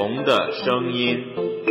同的声音。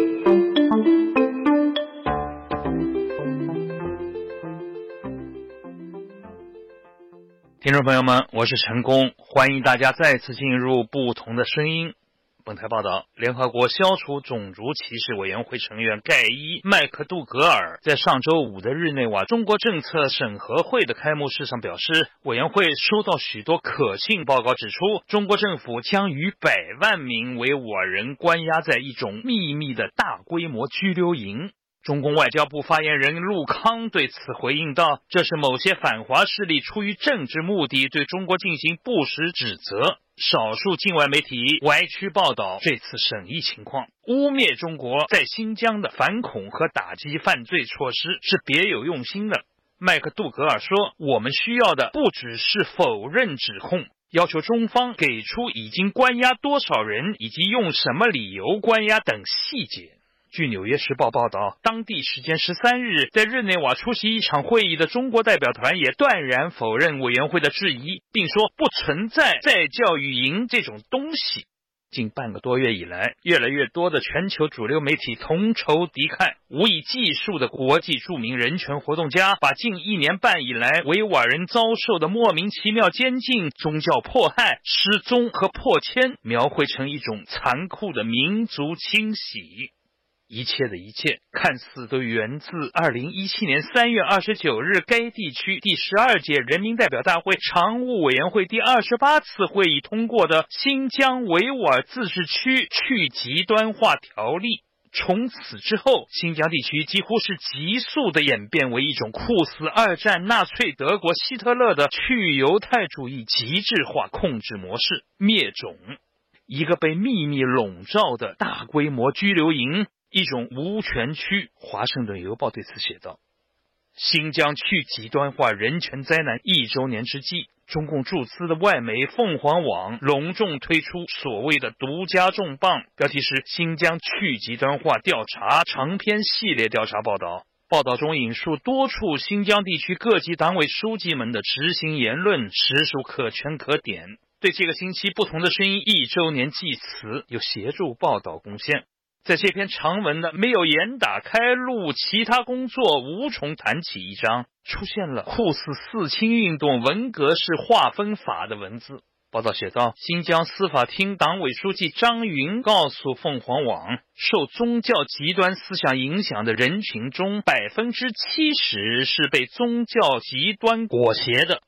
听众朋友们，我是陈功，欢迎大家再次进入不同的声音。本台报道，联合国消除种族歧视委员会成员盖伊·麦克杜格尔在上周五的日内瓦中国政策审核会的开幕式上表示，委员会收到许多可信报告，指出中国政府将逾100万名维吾尔人关押在一种秘密的大规模拘留营。中共外交部发言人陆康对此回应道，这是某些反华势力出于政治目的对中国进行不实指责。少数境外媒体歪曲报道这次审议情况，污蔑中国在新疆的反恐和打击犯罪措施是别有用心的。麦克杜格尔说，我们需要的不只是否认指控，要求中方给出已经关押多少人以及用什么理由关押等细节。据《纽约时报》报道，当地时间13日，在日内瓦出席一场会议的中国代表团也断然否认委员会的质疑，并说不存在再教育营这种东西。近半个多月以来，越来越多的全球主流媒体同仇敌忾，无以计数的国际著名人权活动家把近1年半以来维吾尔人遭受的莫名其妙监禁、宗教迫害、失踪和迫迁描绘成一种残酷的民族清洗。一切的一切看似都源自2017年3月29日该地区第12届人民代表大会常务委员会第28次会议通过的新疆维吾尔自治区去极端化条例。从此之后，新疆地区几乎是急速地演变为一种酷似2战纳粹德国希特勒的去犹太主义极致化控制模式，灭种。一个被秘密笼罩的大规模拘留营，一种无权区。华盛顿邮报对此写道，新疆去极端化人权灾难1周年之际，中共注资的外媒凤凰网隆重推出所谓的独家重磅，标题是新疆去极端化调查长篇系列调查报道。报道中引述多处新疆地区各级党委书记们的执行言论，实属可圈可点。对这个星期不同的声音1周年祭词有协助报道贡献。在这篇长文的没有严打开路，其他工作无从谈起一章，出现了酷似四清运动文革式划分法的文字。报道写道，新疆司法厅党委书记张云告诉凤凰网，受宗教极端思想影响的人群中70%是被宗教极端裹挟的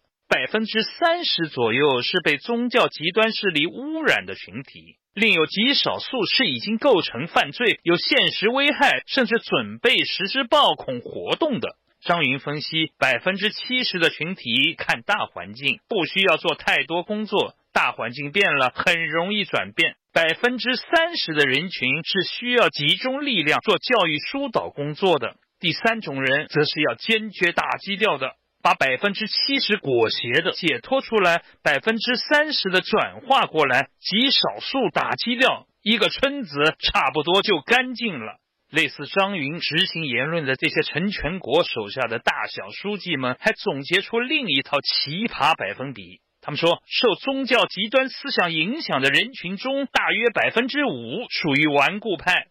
，30%左右是被宗教极端势力污染的群体，另有极少数是已经构成犯罪、有现实危害，甚至准备实施暴恐活动的。张云分析，70%的群体看大环境，不需要做太多工作，大环境变了，很容易转变。30%的人群是需要集中力量做教育疏导工作的。第三种人则是要坚决打击掉的，把70%裹挟的解脱出来，30%的转化过来，极少数打击掉，一个村子差不多就干净了。类似张云执行言论的这些陈全国手下的大小书记们还总结出另一套奇葩百分比。他们说，受宗教极端思想影响的人群中，大约5%属于顽固派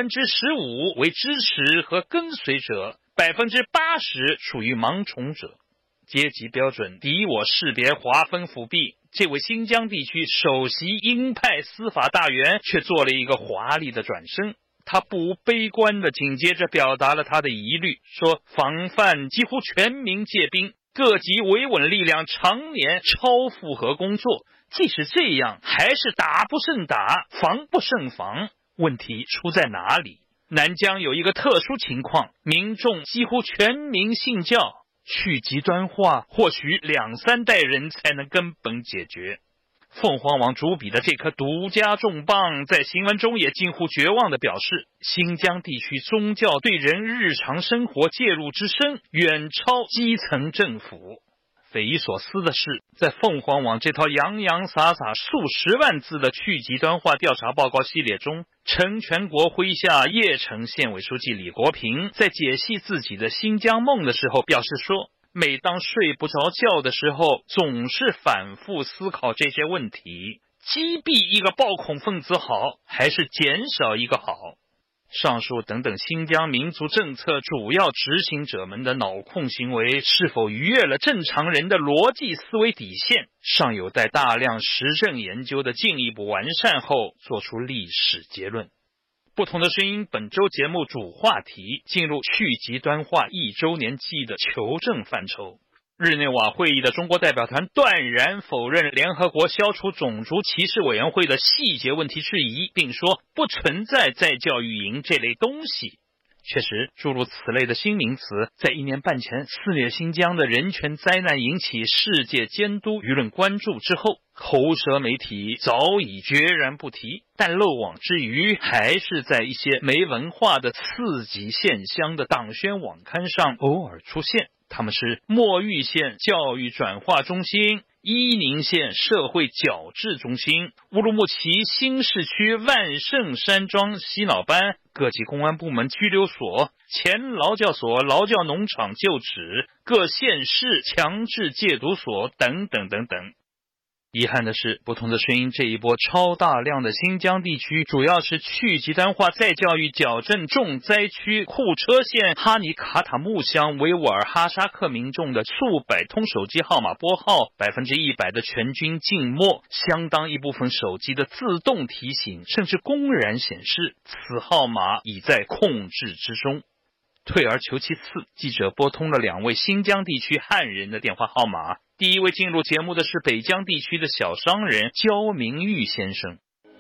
，15%为支持和跟随者，80%属于盲从者。阶级标准敌我识别划分复辟，这位新疆地区首席鹰派司法大员却做了一个华丽的转身。他不无悲观地紧接着表达了他的疑虑，说防范几乎全民皆兵，各级维稳力量常年超负荷工作，即使这样还是打不胜打，防不胜防。问题出在哪里？南疆有一个特殊情况，民众几乎全民信教，去极端化或许2-3代人才能根本解决。凤凰网主笔的这颗独家重磅在新闻中也近乎绝望地表示，新疆地区宗教对人日常生活介入之深，远超基层政府。匪夷所思的是，在凤凰网这套洋洋洒洒数十万字的去极端化调查报告系列中，陈全国麾下叶城县委书记李国平在解析自己的新疆梦的时候表示说，每当睡不着觉的时候，总是反复思考这些问题。 击毙一个暴恐分子好，还是减少一个好？上述等等新疆民族政策主要执行者们的脑控行为是否逾越了正常人的逻辑思维底线，尚有待大量实证研究的进一步完善后做出历史结论。不同的声音本周节目主话题进入去极端化1周年祭的求证范畴。日内瓦会议的中国代表团断然否认联合国消除种族歧视委员会的细节问题质疑，并说不存在再教育营这类东西。确实，诸如此类的新名词在1年半前肆虐新疆的人权灾难引起世界监督舆论关注之后，口舌媒体早已决然不提，但漏网之鱼还是在一些没文化的次级县乡的党宣网刊上偶尔出现。他们是墨玉县教育转化中心、伊宁县社会矫治中心、乌鲁木齐新市区万盛山庄洗脑班、各级公安部门拘留所、前劳教所、劳教农场旧址、各县市强制戒毒所等等等等。遗憾的是，不同的声音这一波超大量的新疆地区主要是去极端化再教育矫正重灾区库车县哈尼卡塔木乡维吾尔哈萨克民众的数百通手机号码拨号，100%的全军静默，相当一部分手机的自动提醒甚至公然显示此号码已在控制之中。退而求其次，记者拨通了2位新疆地区汉人的电话号码。第一位进入节目的是北疆地区的小商人焦明玉先生。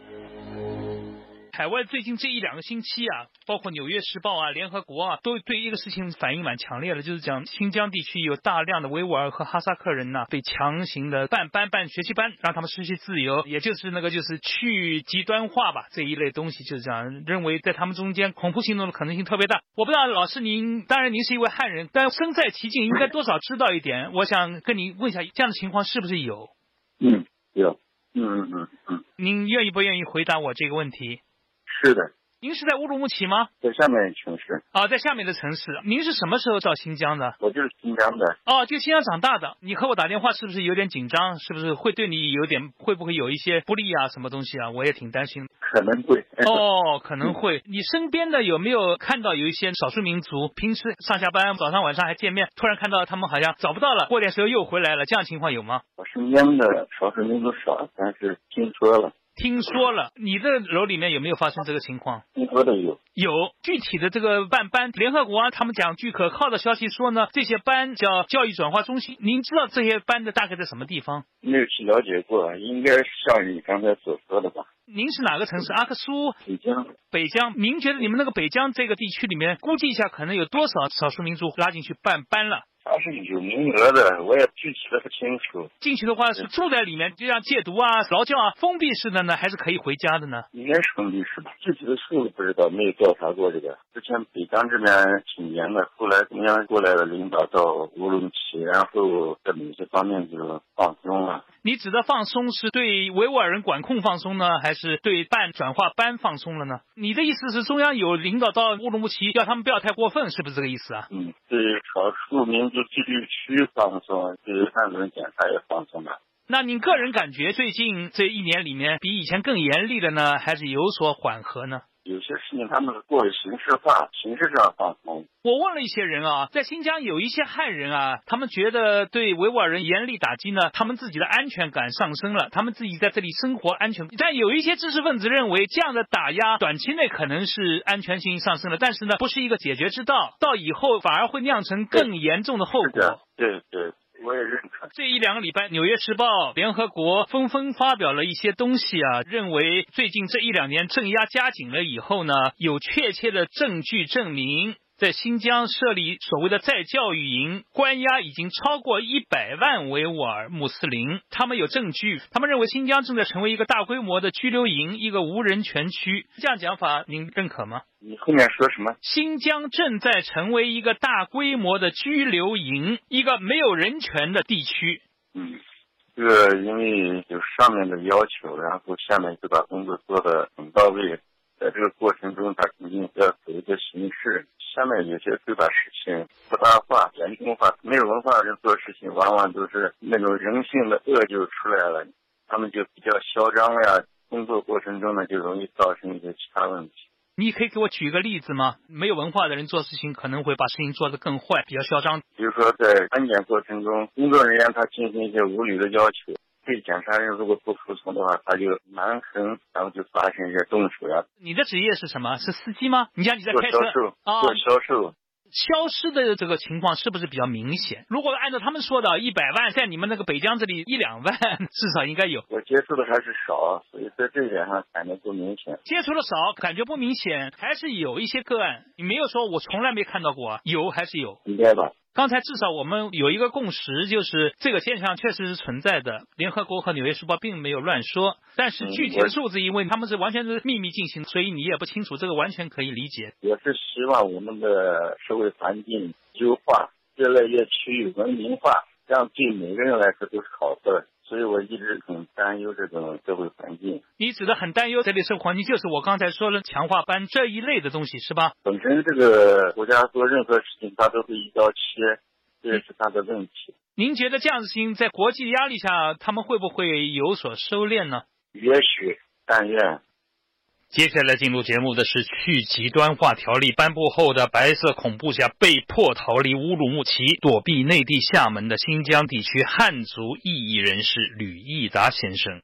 海外最近这1-2个星期啊，包括纽约时报啊、联合国啊，都对一个事情反应蛮强烈的，就是讲新疆地区有大量的维吾尔和哈萨克人被强行的办学习班，让他们失去自由，也就是就是去极端化吧，这一类东西，就是讲认为在他们中间恐怖行动的可能性特别大。我不知道老师您，当然您是一位汉人，但身在其境应该多少知道一点，我想跟你问一下，这样的情况是不是有？ 有。 您愿意不愿意回答我这个问题？ 是的。 您是在乌鲁木齐吗？ 在下面城市。 在下面的城市。您是什么时候到新疆的？ 我就是新疆的。 就新疆长大的。你和我打电话是不是有点紧张？是不是会对你会不会有一些不利啊？什么东西啊？我也挺担心。 可能会。 可能会。你身边的有没有看到有一些少数民族，平时上下班早上晚上还见面，突然看到他们好像找不到了，过点时候又回来了，这样情况有吗？ 我身边的少数民族少，但是听说了。 你的楼里面有没有发生这个情况？ 听说的有。 具体的这个办班，联合国他们讲据可靠的消息说呢，这些班叫教育转化中心。您知道这些班的大概在什么地方？ 没有去了解过，应该像你刚才所说的吧。 您是哪个城市？阿克苏？北疆。您觉得你们那个北疆这个地区里面，估计一下可能有多少少数民族拉进去办班了？ 它是有名额的，我也具体的不清楚。 进去的话是住在里面，就像戒毒啊、劳教啊，封闭式的呢，还是可以回家的呢？ 应该是封闭式吧，具体的数不知道，没有调查过这个。之前北疆这边挺严的，后来中央过来的领导到乌鲁木齐，然后在某些方面就放松了。 你指的放松是对维吾尔人管控放松呢，还是对转化班放松了呢？你的意思是中央有领导到乌鲁木齐，要他们不要太过分，是不是这个意思啊？ 对少数民族自治区放松，对汉人检查也放松了。 那您个人感觉最近这1年里面比以前更严厉的呢，还是有所缓和呢？ 有些事情他们过于形式化，形式上放松。 我问了一些人啊，在新疆有一些汉人啊，他们觉得对维吾尔人严厉打击呢，他们自己的安全感上升了，他们自己在这里生活安全。但有一些知识分子认为，这样的打压短期内可能是安全性上升了，但是呢，不是一个解决之道，到以后反而会酿成更严重的后果。 对。我也认可。 这1-2个礼拜，《纽约时报》、联合国纷纷发表了一些东西啊，认为最近这1-2年镇压加紧了以后呢，有确切的证据证明，在新疆设立所谓的再教育营，关押已经超过100万维吾尔穆斯林。他们有证据，他们认为新疆正在成为一个大规模的拘留营，一个无人权区。这样讲法您认可吗？ 你后面说什么？ 新疆正在成为一个大规模的拘留营，一个没有人权的地区。 这个因为有上面的要求，然后下面就把工作做得很到位，在这个过程中他肯定要走一个形式，下面有些会把事情复杂化、严重化，没有文化的人做事情往往都是那种人性的恶就出来了。 他们就比较嚣张呀，工作过程中呢就容易造成一些其他问题。 你可以给我举个例子吗？没有文化的人做事情可能会把事情做得更坏，比较嚣张。 比如说在安检过程中，工作人员他进行一些无理的要求，对检查人如果不服从的话，他就蛮横，然后就发生一些动手呀。 你的职业是什么？是司机吗？你讲你在开车。 做销售，做销售。 消失的这个情况是不是比较明显？如果按照他们说的100万，在你们那个北疆这里1-2万至少应该有。 我接触的还是少，所以在这一点上感觉不明显。 接触的少，感觉不明显，还是有一些个案。你没有说我从来没看到过，有还是有？ 应该吧。 刚才至少我们有一个共识，就是这个现象确实是存在的。联合国和纽约时报并没有乱说，但是具体的数字，因为他们是完全是秘密进行，所以你也不清楚，这个完全可以理解。 我是希望我们的社会环境优化，越来越趋于文明化，这样对每个人来说都是好的。所以我一直很担忧这种社会环境。 你指的很担忧这类社会环境，就是我刚才说的强化班这一类的东西，是吧？ 本身这个国家做任何事情，它都会一刀切，这也是它的问题。 您觉得这样的事情在国际压力下，他们会不会有所收敛呢？ 也许，但愿。 接下来进入节目的是去极端化条例颁布后的白色恐怖下被迫逃离乌鲁木齐躲避内地厦门的新疆地区汉族异议人士吕义达先生。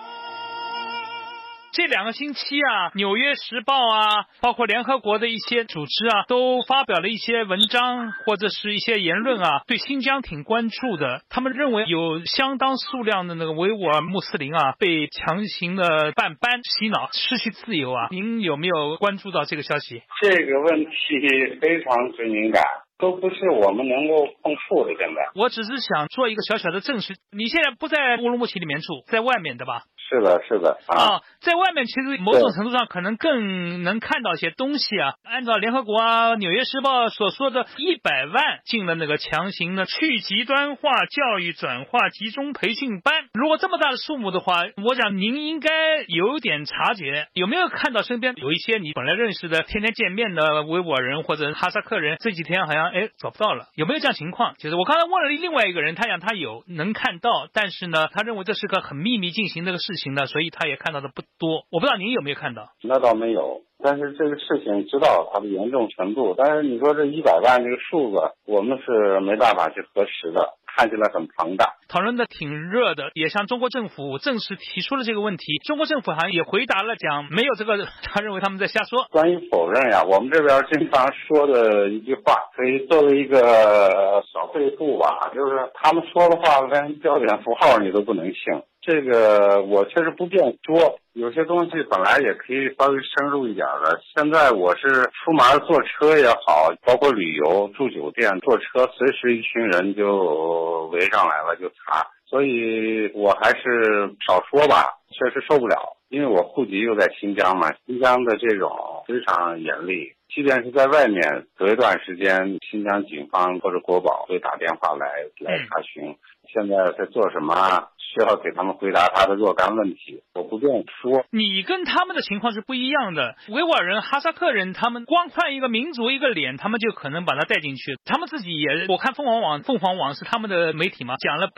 这2个星期啊，纽约时报啊，包括联合国的一些组织啊，都发表了一些文章或者是一些言论啊，对新疆挺关注的。他们认为有相当数量的那个维吾尔穆斯林啊，被强行的办班洗脑，失去自由啊。您有没有关注到这个消息？ 这个问题非常之敏感，都不是我们能够碰触的。现在我只是想做一个小小的证实。你现在不在乌鲁木齐里面住，在外面的吧？ 是的，是的在外面其实某种程度上可能更能看到一些东西啊。按照联合国啊、纽约时报所说的100万进了那个强行的去极端化教育转化集中培训班，如果这么大的数目的话，我想您应该有点察觉。有没有看到身边有一些你本来认识的天天见面的维吾尔人或者哈萨克人，这几天好像找不到了？有没有这样情况？就是我刚才问了另外一个人，他讲他有能看到，但是呢他认为这是个很秘密进行的事情的，所以他也看到的不多。我不知道您有没有看到？ 那倒没有，但是这个事情知道它的严重程度。但是你说这100万这个数字，我们是没办法去核实的，看起来很庞大。 讨论的挺热的，也向中国政府正式提出了这个问题。中国政府好像也回答了，讲没有这个，他认为他们在瞎说。 关于否认呀，我们这边经常说的一句话，可以作为一个小备注吧，就是他们说的话连标点符号你都不能信。这个我确实不便说，有些东西本来也可以稍微深入一点的。现在我是出门坐车也好，包括旅游住酒店坐车，随时一群人就围上来了就查，所以我还是少说吧，确实受不了。因为我户籍又在新疆嘛，新疆的这种非常严厉，即便是在外面隔一段时间，新疆警方或者国保会打电话来查询，现在在做什么，需要给他们回答他的若干问题，我不便说。 你跟他们的情况是不一样的。维吾尔人、哈萨克人，他们光看一个民族一个脸，他们就可能把它带进去。他们自己也，我看凤凰网是他们的媒体嘛，讲了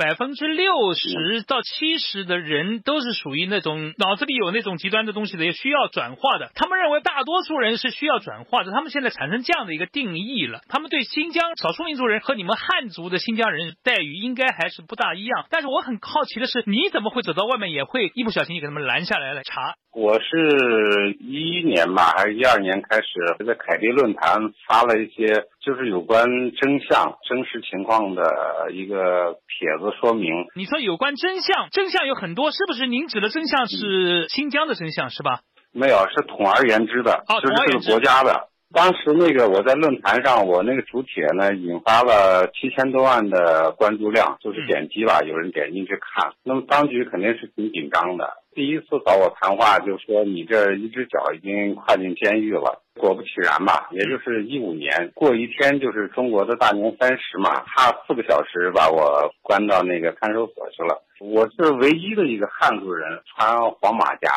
60%到70%的人都是属于那种脑子里有那种极端的东西的，也需要转化的。他们认为大多数人是需要转化的，他们现在产生这样的一个定义了。他们对新疆少数民族人和你们汉族的新疆人待遇应该还是不大一样。但是我很好奇的是，你怎么会走到外面也会一不小心就给他们拦下来查？ 我是11年吧，还是12年开始在凯迪论坛发了一些就是有关真实情况的一个帖子说明。 你说有关真相有很多，是不是您指的真相是新疆的真相是吧？ 没有，是统而言之的，就是这个国家的。当时那个我在论坛上，我那个主帖呢引发了7000多万的关注量，就是点击吧，有人点进去看。那么当局肯定是挺紧张的，第一次找我谈话就说你这一只脚已经跨进监狱了。果不其然吧，也就是15年过一天就是中国的大年30嘛，差4个小时把我关到那个看守所去了。我是唯一的一个汉族人穿黄马甲的。黄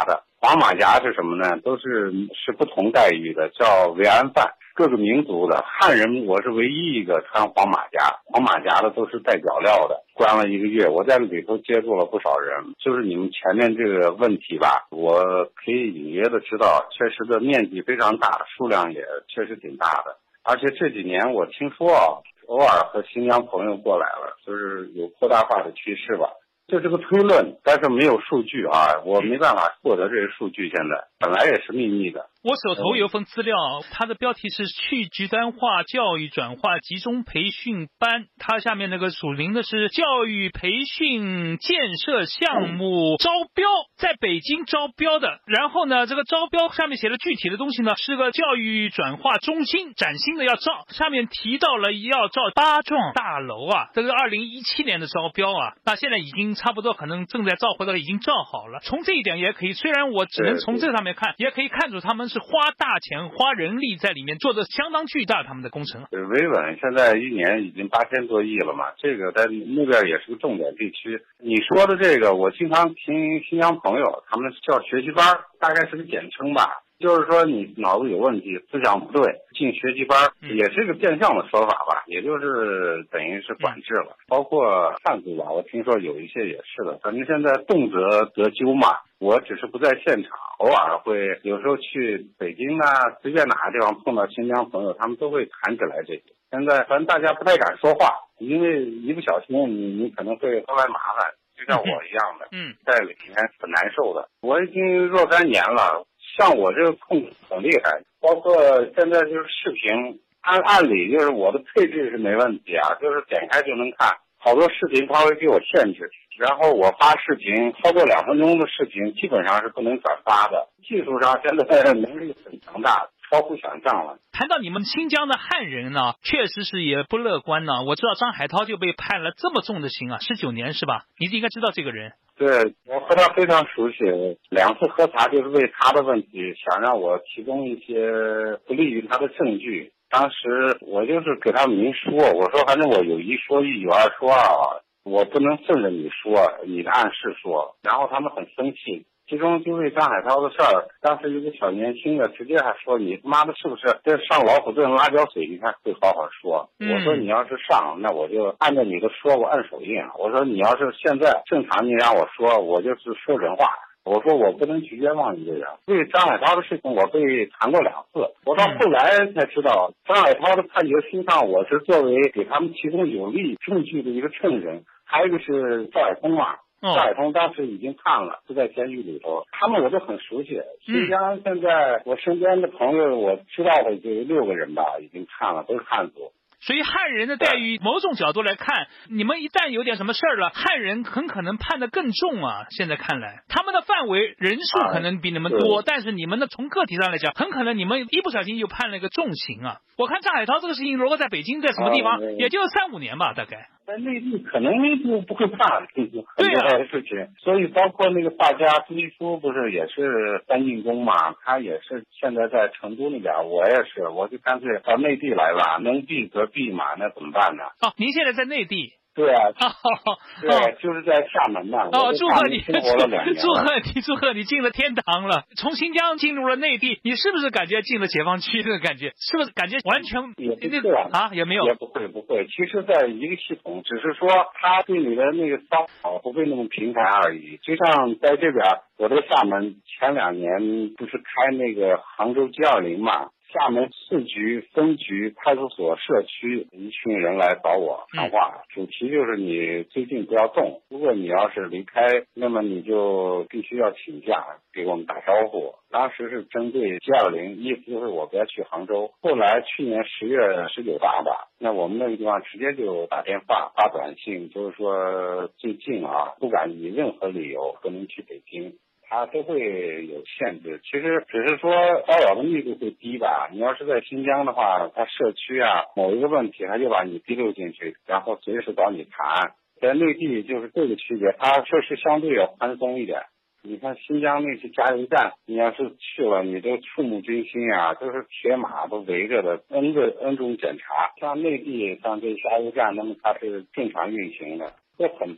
黄马甲是什么呢？都是不同待遇的，叫慰安犯。各个民族的汉人，我是唯一一个穿黄马甲，黄马甲的都是带脚镣的。关了1个月，我在里头接触了不少人。就是你们前面这个问题吧，我可以隐约的知道，确实的面积非常大，数量也确实挺大的。而且这几年我听说偶尔和新疆朋友过来了，就是有扩大化的趋势吧。这是个推论，但是没有数据啊，我没办法获得这些数据，现在本来也是秘密的。 我手头有份资料，它的标题是去极端化教育转化集中培训班，它下面那个署名的是教育培训建设项目招标，在北京招标的。然后呢，这个招标下面写的具体的东西呢，是个教育转化中心，崭新的要造，下面提到了要造8幢大楼啊，这个2017年的招标啊，那现在已经差不多可能正在造或者已经造好了。从这一点也可以，虽然我只能从这上面看，也可以看出他们是花大钱花人力在里面做的相当巨大，他们的工程。 维稳现在1年已经8000多亿了嘛，这个在那边也是个重点地区。你说的这个，我经常听新疆朋友他们叫学习班，大概是个简称吧。就是说你脑子有问题，思想不对，进学习班也是个变相的说法吧，也就是等于是管制了。包括汉族吧，我听说有一些也是的。反正现在动辄得咎嘛，我只是不在现场，偶尔会有时候去北京啊，随便哪个地方碰到新疆朋友，他们都会谈起来这个。现在反正大家不太敢说话，因为一不小心你可能会招来麻烦，就像我一样的，在里面很难受的。我已经若干年了。像我这个控制很厉害，包括现在就是视频，按理就是我的配置是没问题啊，就是点开就能看，好多视频他会给我限制，然后我发视频超过2分钟的视频基本上是不能转发的。技术上现在能力很强大，超乎想象了。 谈到你们新疆的汉人呢，确实是也不乐观呢。我知道张海涛就被判了这么重的刑啊，19年是吧？你应该知道这个人。 对，我和他非常熟悉，2次喝茶就是为他的问题，想让我提供一些不利于他的证据。当时我就是给他们明说，我说反正我有一说一，有二说二啊，我不能顺着你说，你的暗示说。然后他们很生气。其中就为张海涛的事儿，当时有个小年轻的直接还说你他妈的是不是这上老虎镇拉脚水，你看会好好说。我说你要是上，那我就按照你的说，我按手印。我说你要是现在正常你让我说，我就是说人话。我说我不能去冤枉一个人。对张海涛的事情我被谈过2次，我到后来才知道张海涛的判决书上我是作为给他们提供有力证据的一个证人，还有一个是赵海通啊。赵海通当时已经判了，就在监狱里头，他们我都很熟悉。新疆现在我身边的朋友我知道的就有6个人吧，已经判了，都是汉族。 所以汉人的待遇，某种角度来看，你们一旦有点什么事儿了，汉人很可能判得更重啊。现在看来，他们的范围人数可能比你们多，但是你们的从个体上来讲，很可能你们一不小心就判了一个重刑啊。我看张海涛这个事情，如果在北京，在什么地方，也就3-5年吧，大概。 在内地可能不会判很多事情，所以包括那个画家朱一书不是也是三进宫嘛，他也是现在在成都那边，我也是，我就干脆到内地来吧，能避则避嘛，那怎么办呢？ 您现在在内地？ 对啊，对，就是在厦门嘛。 祝贺你， 祝贺你进了天堂了。从新疆进入了内地，你是不是感觉进了解放区的感觉？是不是感觉完全也不会啊？也没有， 也不会。其实，在一个系统，只是说他对你的那个骚扰不会那么频繁而已。就像在这边，我在厦门前2年不是开那个杭州 G20嘛。厦门4局分局派出所社区一群人来找我谈话，主题就是你最近不要动，如果你要是离开，那么你就必须要请假给我们打招呼。当时是针对 G20， 意思就是我不要去杭州。后来去年10月19大吧，那我们那个地方直接就打电话发短信，就是说最近啊，不敢以任何理由不能去北京。它都会有限制，其实只是说骚扰的密度会低吧。你要是在新疆的话，它社区啊某一个问题，它就把你滴溜进去，然后随时找你谈。在内地就是这个区别，它设施相对要宽松一点。你看新疆那些加油站，你要是去了，你都触目惊心啊，都是铁马都围着的，N 种检查。像内地像这加油站，那么它是正常运行的。这很多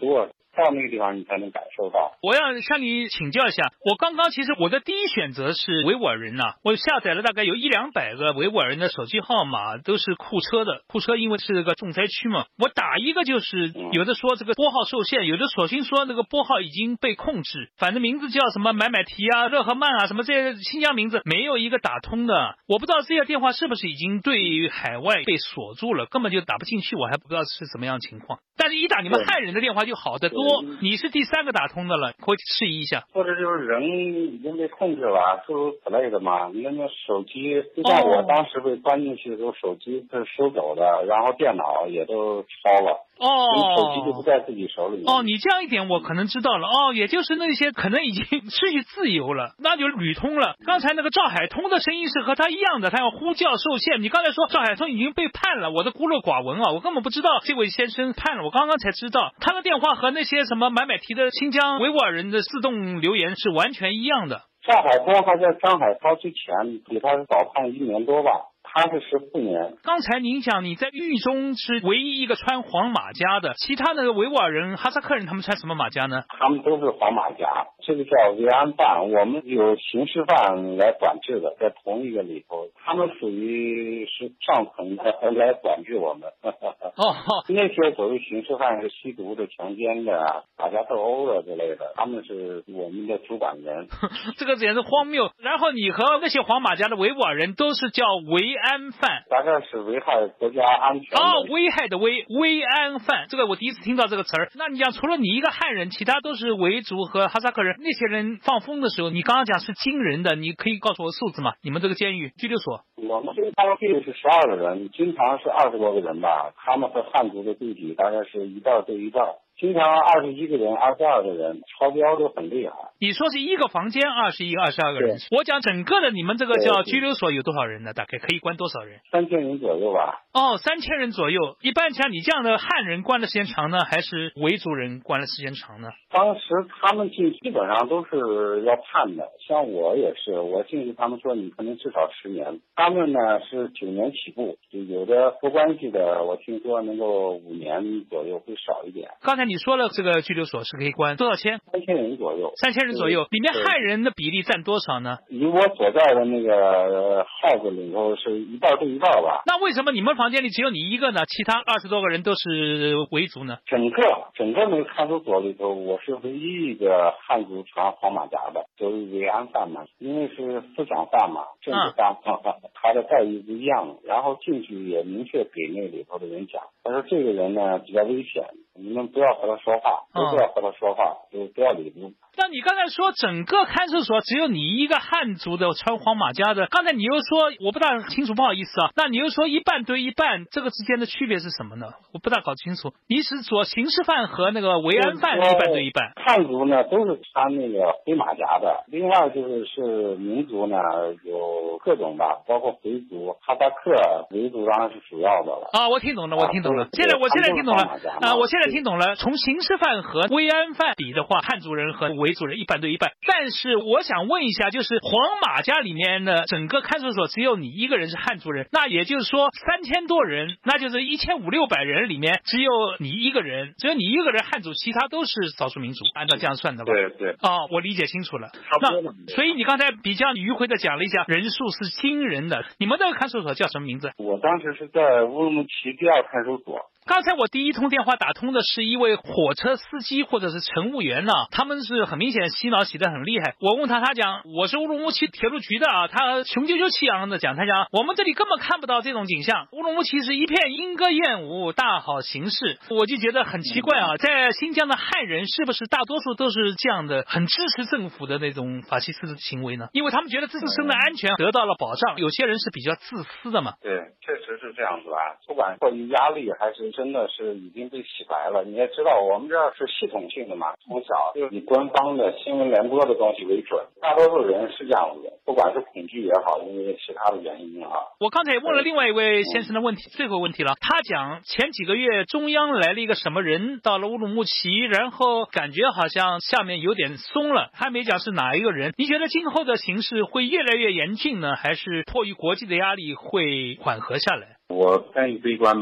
到那个地方你才能感受到。 我要向你请教一下，我刚刚其实我的第一选择是维吾尔人呐，我下载了大概有100-200个维吾尔人的手机号码，都是库车的，库车因为是个重灾区嘛，我打一个就是有的说这个拨号受限，有的索性说那个拨号已经被控制，反正名字叫什么买提啊、乐和曼啊什么这些新疆名字没有一个打通的，我不知道这些电话是不是已经对于海外被锁住了，根本就打不进去，我还不知道是什么样的情况。但是一打你们汉人的电话就好得多，你是第3个打通的了，可以示意一下。 或者就是人已经被控制了，诸如此类的嘛。那么手机，就像我当时被关进去的时候，手机是收走的，然后电脑也都抄了。手机就不在自己手里。 你这样一点我可能知道了。也就是那些可能已经失去自由了，那就捋通了。刚才那个赵海通的声音是和他一样的，他要呼叫受限。你刚才说赵海通已经被判了，我的孤陋寡闻啊，我根本不知道这位先生判了，我刚刚才知道他的电话和那些什么买提的新疆维吾尔人的自动留言是完全一样的。 赵海通还在张海涛之前比他早判1年多吧。他是14年。 刚才您讲你在狱中是唯一一个穿黄马甲的，其他的维吾尔人、哈萨克人他们穿什么马甲呢？ 他们都是黄马甲，这个叫维安犯，我们有刑事犯来管制的，在同一个里头，他们属于是上层的来管制我们。那些所谓刑事犯是吸毒的、强奸的、打架斗殴的之类的，他们是我们的主管人。 这个简直荒谬。然后你和那些黄马甲的维吾尔人都是叫维安犯， 大概是危害国家安全的。 危害的维安犯，这个我第一次听到这个词儿。那你讲除了你一个汉人，其他都是维族和哈萨克人，那些人放风的时候，你刚刚讲是惊人的，你可以告诉我数字吗？你们这个监狱拘留所？ 我们这个监狱是12个人，经常是20多个人吧，他们和汉族的对比大概是1半对1半。经常21个人、22个人，超标都很厉害。 你说是一个房间21个、22个人，我讲整个的你们这个叫拘留所有多少人呢？大概可以关多少人 ？3000人左右吧。 3000人左右。一般像你这样的汉人关的时间长呢，还是维族人关的时间长呢？ 当时他们进基本上都是要判的，像我也是，我进去他们说你可能至少10年，他们呢是9年起步，就有的不关系的，我听说能够5年左右，会少一点。 刚才你说了这个拘留所是可以关多少千？3000 人左右。 3000人左右，里面汉人的比例占多少呢？ 以我所在的那个号子里头是1半对1半吧。 那为什么你们房间里只有你一个呢？其他20多个人都是维族呢？ 整个那个看守所里头，我是唯一一个汉族穿黄马甲的，就是维安犯嘛，因为是思想犯嘛，政治犯，他的待遇不一样。然后进去也明确给那里头的人讲，他说这个人呢比较危险，你们不要和他说话，都不要和他说话，就不要理他。 那你刚才说整个看守所只有你一个汉族的穿黄马甲的，刚才你又说我不大清楚，不好意思啊，那你又说1半对1半，这个之间的区别是什么呢？我不大搞清楚。你是说刑事犯和那个维安犯1半对1半？ 汉族呢都是穿那个灰马甲的，另外就是民族呢有各种吧，包括回族、哈萨克、维族当然是主要的了。 我听懂了。我现在听懂了我现在听懂了。从刑事犯和维安犯比的话，汉族人和维族人1半对1半。但是我想问一下，就是黄马甲里面的整个看守所只有你一个人是汉族人，那也就是说3000多人，那就是1500-600人里面只有你一个人汉族，其他都是少数民族，按照这样算的吧？ 对。 我理解清楚了。那所以你刚才比较迂回的讲了一下，人数是惊人的。你们那个看守所叫什么名字？ 我当时是在乌鲁木齐第2看守所。 刚才我第一通电话打通的是一位火车司机或者是乘务员呢，他们是很明显洗脑洗得很厉害。我问他讲我是乌鲁木齐铁路局的他雄赳赳气昂的讲，他讲我们这里根本看不到这种景象，乌鲁木齐是一片莺歌燕舞，大好形势。我就觉得很奇怪在新疆的汉人是不是大多数都是这样的，很支持政府的那种法西斯的行为呢？因为他们觉得自身的安全得到了保障，有些人是比较自私的嘛。 对，确实是这样子吧，不管迫于压力还是真的是已经被洗白了。你也知道我们这儿是系统性的嘛，从小就以官方的新闻联播的东西为准，大多数人是这样子的，不管是恐惧也好，因为其他的原因我刚才也问了另外一位先生的问题，最后问题了，他讲前几个月中央来了一个什么人到了乌鲁木齐，然后感觉好像下面有点松了，他没讲是哪一个人。你觉得今后的形势会越来越严峻呢，还是迫于国际的压力会缓和下来？ 我偏于悲观吧，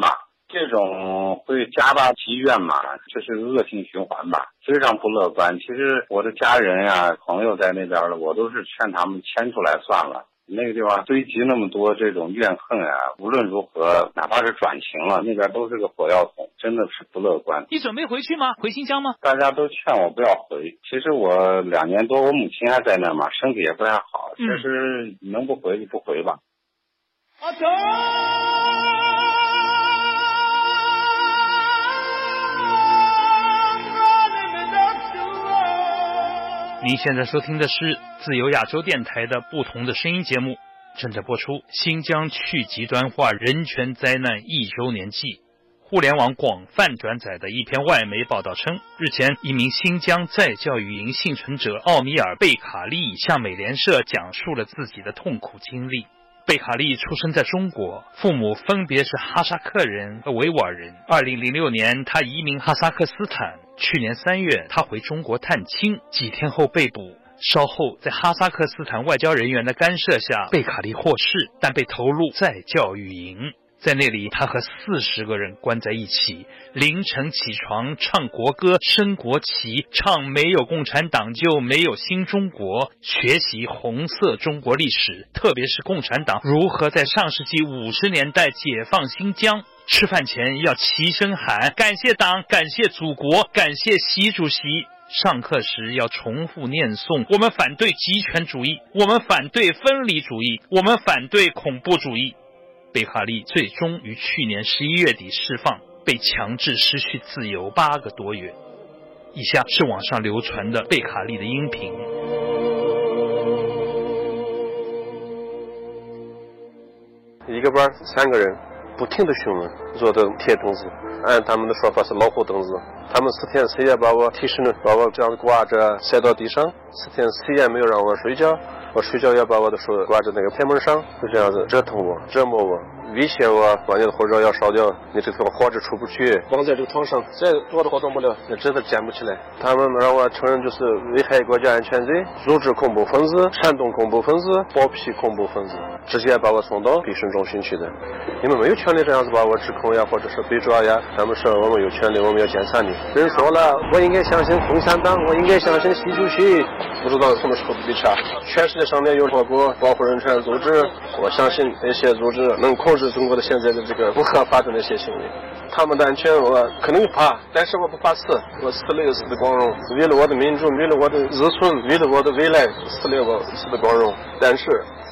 这种会加大积怨嘛，这是恶性循环吧，非常不乐观。其实我的家人呀、朋友在那边了，我都是劝他们迁出来算了。那个地方堆积那么多这种怨恨啊，无论如何，哪怕是转型了，那边都是个火药桶，真的是不乐观。 你准备回去吗？回新疆吗？ 大家都劝我不要回。其实我2年多，我母亲还在那嘛，身体也不太好。其实能不回就不回吧。 您现在收听的是自由亚洲电台的不同的声音节目，正在播出新疆去极端化人权灾难1周年祭。互联网广泛转载的一篇外媒报道称，日前一名新疆再教育营幸存者奥米尔·贝卡利向美联社讲述了自己的痛苦经历。贝卡利出生在中国，父母分别是哈萨克人和维吾尔人。2006年，他移民哈萨克斯坦。去年3月，他回中国探亲，几天后被捕。稍后，在哈萨克斯坦外交人员的干涉下，贝卡利获释，但被投入再教育营。在那里，他和40个人关在一起，凌晨起床唱国歌、升国旗，唱没有共产党就没有新中国，学习红色中国历史，特别是共产党如何在上世纪50年代解放新疆。吃饭前要齐声喊感谢党，感谢祖国，感谢习主席。上课时要重复念诵我们反对极权主义，我们反对分离主义，我们反对恐怖主义。贝卡利最终于去年11月底释放，被强制失去自由8个多月。以下是网上流传的贝卡利的音频。 一个班3个人不停地询问，坐的铁凳子，按他们的说法是老虎凳子。他们4天4夜把我提神，把我这样挂着塞到地上，4天4夜没有让我睡觉，我睡觉要把我的手挂着那个铁门上，就这样子折腾我、折磨我、威胁我，把你的护照要烧掉，你这个活着出不去，绑在这个床上，再多的活动不了，那指头站不起来。他们让我承认就是危害国家安全罪、组织恐怖分子、煽动恐怖分子、包庇恐怖分子，直接把我送到必审中心去的。你们没有权利这样子把我指控呀，或者是被抓呀。他们说我们有权利，我们要检查你。人说了，我应该相信共产党，我应该相信习主席，不知道什么时候被查。全世界上面有多个保护人权组织，我相信那些组织能控制中国的现在的这个不合法的那些行为。他们的安全我可能怕，但是我不怕死，我死了有死的光荣。为了我的民主，为了我的子孙，为了我的未来，死了我死的光荣。但是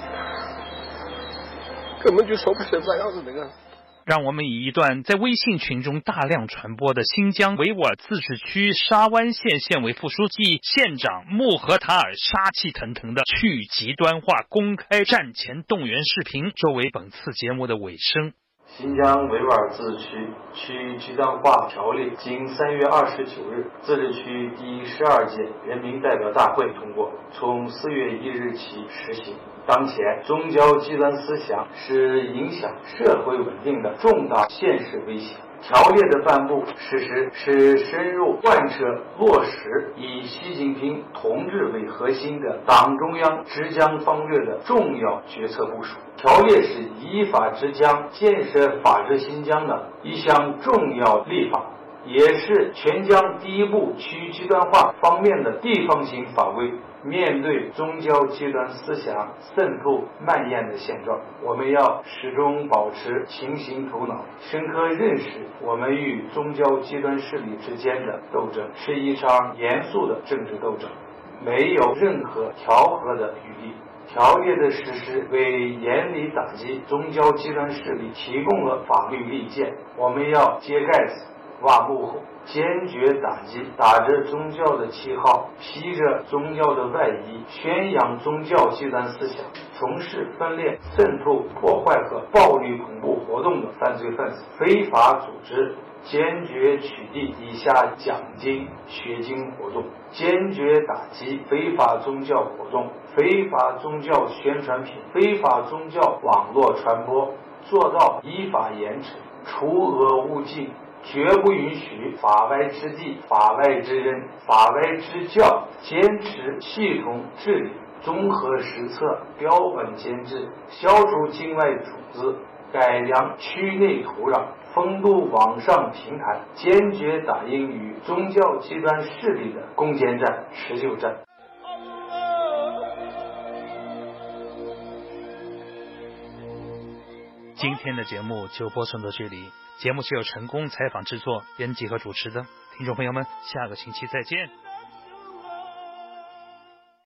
根本就说不是这样子的。 让我们以一段在微信群中大量传播的新疆维吾尔自治区沙湾县县委副书记、县长穆合塔尔杀气腾腾的去极端化公开战前动员视频作为本次节目的尾声。 新疆维吾尔自治区去极端化条例经3月29日自治区第12届人民代表大会通过，从4月1日起实行。当前，宗教极端思想是影响社会稳定的重大现实威胁。条例的颁布实施是深入贯彻落实以习近平同志为核心的党中央治疆方略的重要决策部署。条例是依法治疆、建设法治新疆的一项重要立法，也是全疆第一部去极端化方面的地方性法规。面对宗教极端思想渗透蔓延的现状，我们要始终保持清醒头脑，深刻认识我们与宗教极端势力之间的斗争是一场严肃的政治斗争，没有任何调和的余地。条例的实施为严厉打击宗教极端势力提供了法律利剑，我们要揭盖子、挖幕后，坚决打击打着宗教的旗号、披着宗教的外衣、宣扬宗教极端思想、从事分裂、渗透、破坏和暴力恐怖活动的犯罪分子、非法组织，坚决取缔以下奖金、学金活动，坚决打击非法宗教活动、非法宗教宣传品、非法宗教网络传播，做到依法严惩，除恶务尽，绝不允许法外之地、法外之人、法外之教，坚持系统治理、综合实策、标本兼治，消除境外组织， 改良区内土壤，封堵网上平台，坚决打赢与宗教极端势力的攻坚战、持久战。 今天的节目就播送到这里，节目是由成功采访制作、编辑和主持的。听众朋友们，下个星期再见。